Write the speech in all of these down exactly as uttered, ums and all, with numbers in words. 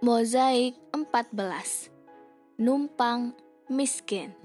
Mozaik empat belas. Numpang miskin.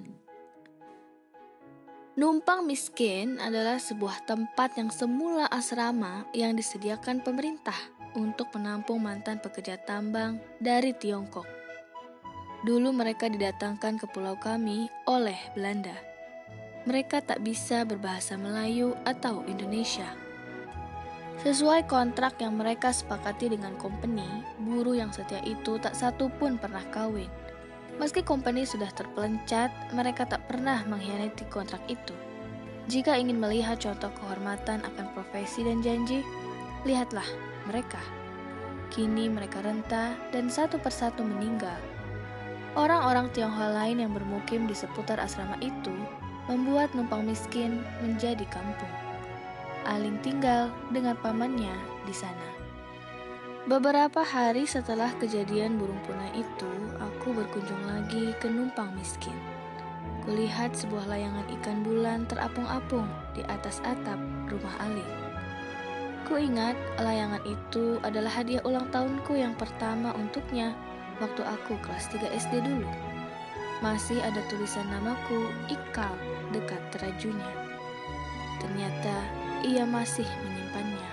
Numpang miskin adalah sebuah tempat yang semula asrama yang disediakan pemerintah untuk menampung mantan pekerja tambang dari Tiongkok. Dulu mereka didatangkan ke pulau kami oleh Belanda. Mereka tak bisa berbahasa Melayu atau Indonesia. Sesuai kontrak yang mereka sepakati dengan company, buruh yang setia itu tak satu pun pernah kawin. Meski company sudah terpelencat, mereka tak pernah mengkhianati kontrak itu. Jika ingin melihat contoh kehormatan akan profesi dan janji, lihatlah mereka. Kini mereka renta dan satu persatu meninggal. Orang-orang Tionghoa lain yang bermukim di seputar asrama itu membuat numpang miskin menjadi kampung. Aling tinggal dengan pamannya di sana. Beberapa hari setelah kejadian burung punai itu, aku berkunjung lagi ke numpang miskin. Kulihat sebuah layangan ikan bulan terapung-apung di atas atap rumah Aling. Kuingat layangan itu adalah hadiah ulang tahunku yang pertama untuknya waktu aku kelas tiga S D dulu. Masih ada tulisan namaku Ikal dekat terajunya. Ternyata ia masih menyimpannya.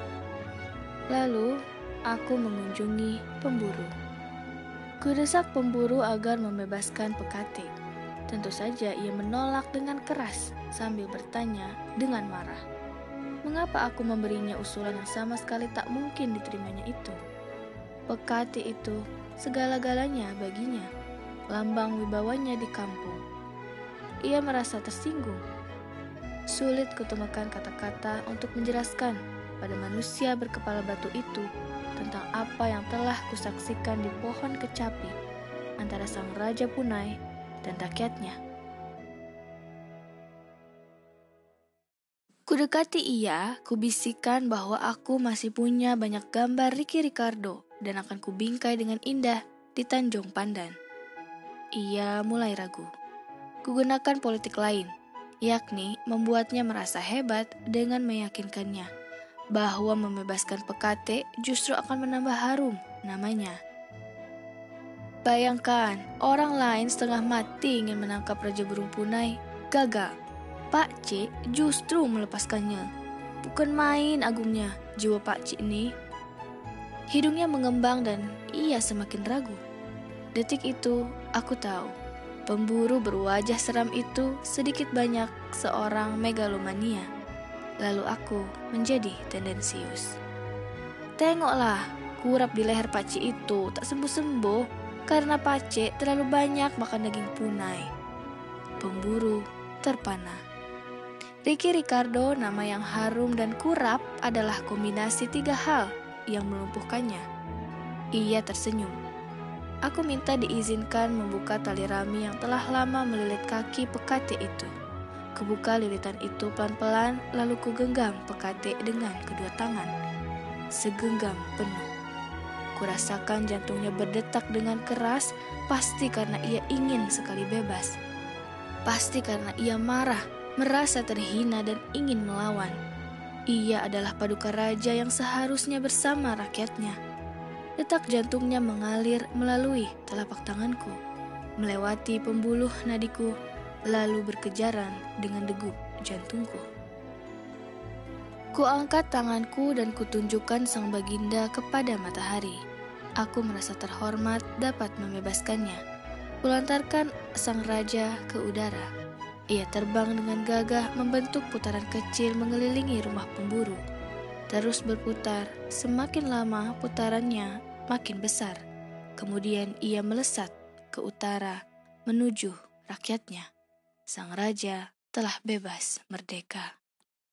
Lalu, aku mengunjungi pemburu. Kudesak pemburu agar membebaskan Pekate. Tentu saja ia menolak dengan keras sambil bertanya dengan marah. Mengapa aku memberinya usulan yang sama sekali tak mungkin diterimanya itu? Pekate itu segala-galanya baginya, lambang wibawanya di kampung. Ia merasa tersinggung. Sulit kutemukan kata-kata untuk menjelaskan pada manusia berkepala batu itu tentang apa yang telah kusaksikan di pohon kecapi antara sang Raja Punai dan rakyatnya. Kudekati ia, kubisikan bahwa aku masih punya banyak gambar Ricky Ricardo dan akan kubingkai dengan indah di Tanjung Pandan. Ia mulai ragu. Kugunakan politik lain, yakni membuatnya merasa hebat dengan meyakinkannya bahwa membebaskan Pekate justru akan menambah harum namanya. Bayangkan, orang lain setengah mati ingin menangkap Raja Burung Punai, gagal. Pak Cik justru melepaskannya. Bukan main agungnya jiwa Pak Cik ini. Hidungnya mengembang dan ia semakin ragu. Detik itu, aku tahu. Pemburu berwajah seram itu sedikit banyak seorang megalomania. Lalu aku menjadi tendensius. Tengoklah, kurap di leher Pakcik itu tak sembuh-sembuh karena Pakcik terlalu banyak makan daging punai. Pemburu terpana. Ricky Ricardo, nama yang harum dan kurap, adalah kombinasi tiga hal yang melumpuhkannya. Ia tersenyum. Aku minta diizinkan membuka tali rami yang telah lama melilit kaki Pekate itu. Kubuka lilitan itu pelan-pelan, lalu kugenggam Pekate dengan kedua tangan. Segenggam penuh. Kurasakan jantungnya berdetak dengan keras, pasti karena ia ingin sekali bebas. Pasti karena ia marah, merasa terhina dan ingin melawan. Ia adalah paduka raja yang seharusnya bersama rakyatnya. Detak jantungnya mengalir melalui telapak tanganku, melewati pembuluh nadiku, lalu berkejaran dengan degup jantungku. Kuangkat tanganku dan kutunjukkan sang baginda kepada matahari. Aku merasa terhormat dapat membebaskannya. Kulantarkan sang raja ke udara. Ia terbang dengan gagah membentuk putaran kecil mengelilingi rumah pemburu. Terus berputar, semakin lama putarannya makin besar. Kemudian ia melesat ke utara menuju rakyatnya. Sang raja telah bebas merdeka.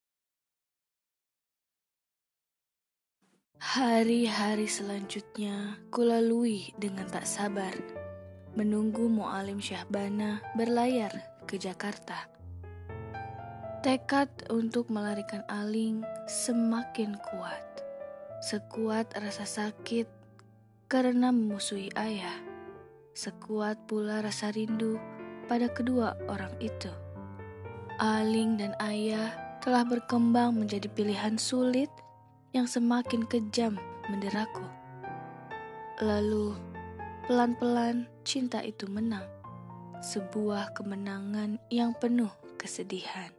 Hari-hari selanjutnya kulalui dengan tak sabar, menunggu Mu'alim Syahbana berlayar ke Jakarta. Tekad untuk melarikan Aling semakin kuat. Sekuat rasa sakit karena memusuhi ayah. Sekuat pula rasa rindu pada kedua orang itu. Aling dan ayah telah berkembang menjadi pilihan sulit yang semakin kejam menderaku. Lalu, pelan-pelan cinta itu menang. Sebuah kemenangan yang penuh kesedihan.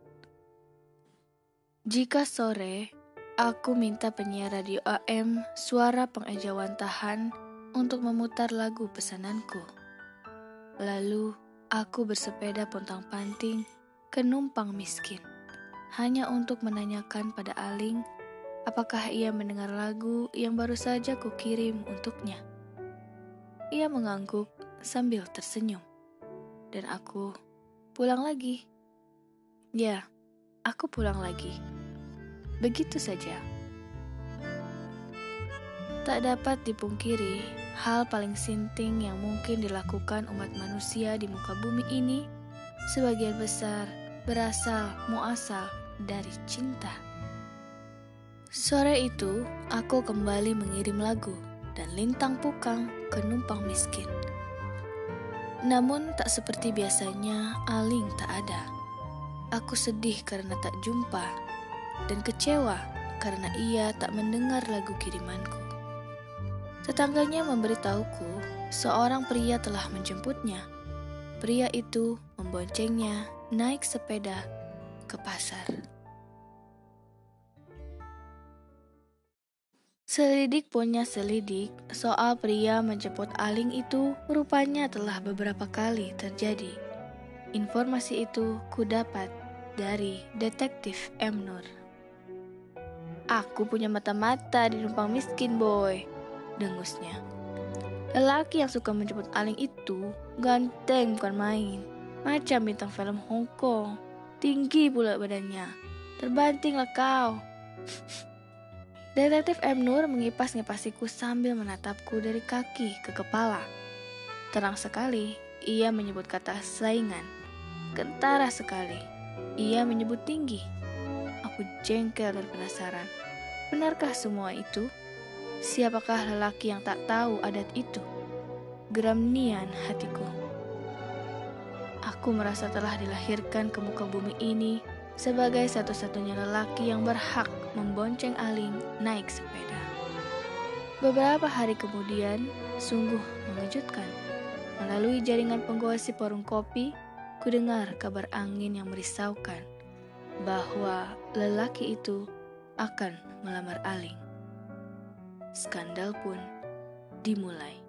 Jika sore, aku minta penyiar radio A M Suara Pengejawantahan untuk memutar lagu pesananku. Lalu, aku bersepeda pontang-panting ke Numpang Miskin, hanya untuk menanyakan pada Aling apakah ia mendengar lagu yang baru saja kukirim untuknya. Ia mengangguk sambil tersenyum. Dan aku pulang lagi. Ya, aku pulang lagi. Begitu saja. Tak dapat dipungkiri, hal paling sinting yang mungkin dilakukan umat manusia di muka bumi ini sebagian besar berasal muasal dari cinta. Sore itu, aku kembali mengirim lagu dan lintang pukang ke Numpang Miskin. Namun tak seperti biasanya, Aling tak ada. Aku sedih karena tak jumpa dan kecewa karena ia tak mendengar lagu kirimanku. Tetangganya memberitahuku seorang pria telah menjemputnya. Pria itu memboncengnya naik sepeda ke pasar. Selidik punya selidik, soal pria menjemput Aling itu rupanya telah beberapa kali terjadi. Informasi itu kudapat dari Detektif M. Nur. Aku punya mata-mata di Numpang Miskin, boy, dengusnya. Lelaki yang suka menjemput Aling itu ganteng bukan main, macam bintang film Hong Kong. Tinggi pula badannya, terbantinglah kau. Detektif M. Nur mengipas-ngipasiku sambil menatapku dari kaki ke kepala. Terang sekali, ia menyebut kata saingan. Kentara sekali, ia menyebut tinggi. Aku jengkel dan penasaran. Benarkah semua itu? Siapakah lelaki yang tak tahu adat itu? Geram nian hatiku. Aku merasa telah dilahirkan ke muka bumi ini sebagai satu-satunya lelaki yang berhak membonceng Aling naik sepeda. Beberapa hari kemudian, sungguh mengejutkan. Melalui jaringan penggosip warung kopi, kudengar kabar angin yang merisaukan bahwa lelaki itu akan melamar Aling. Skandal pun dimulai.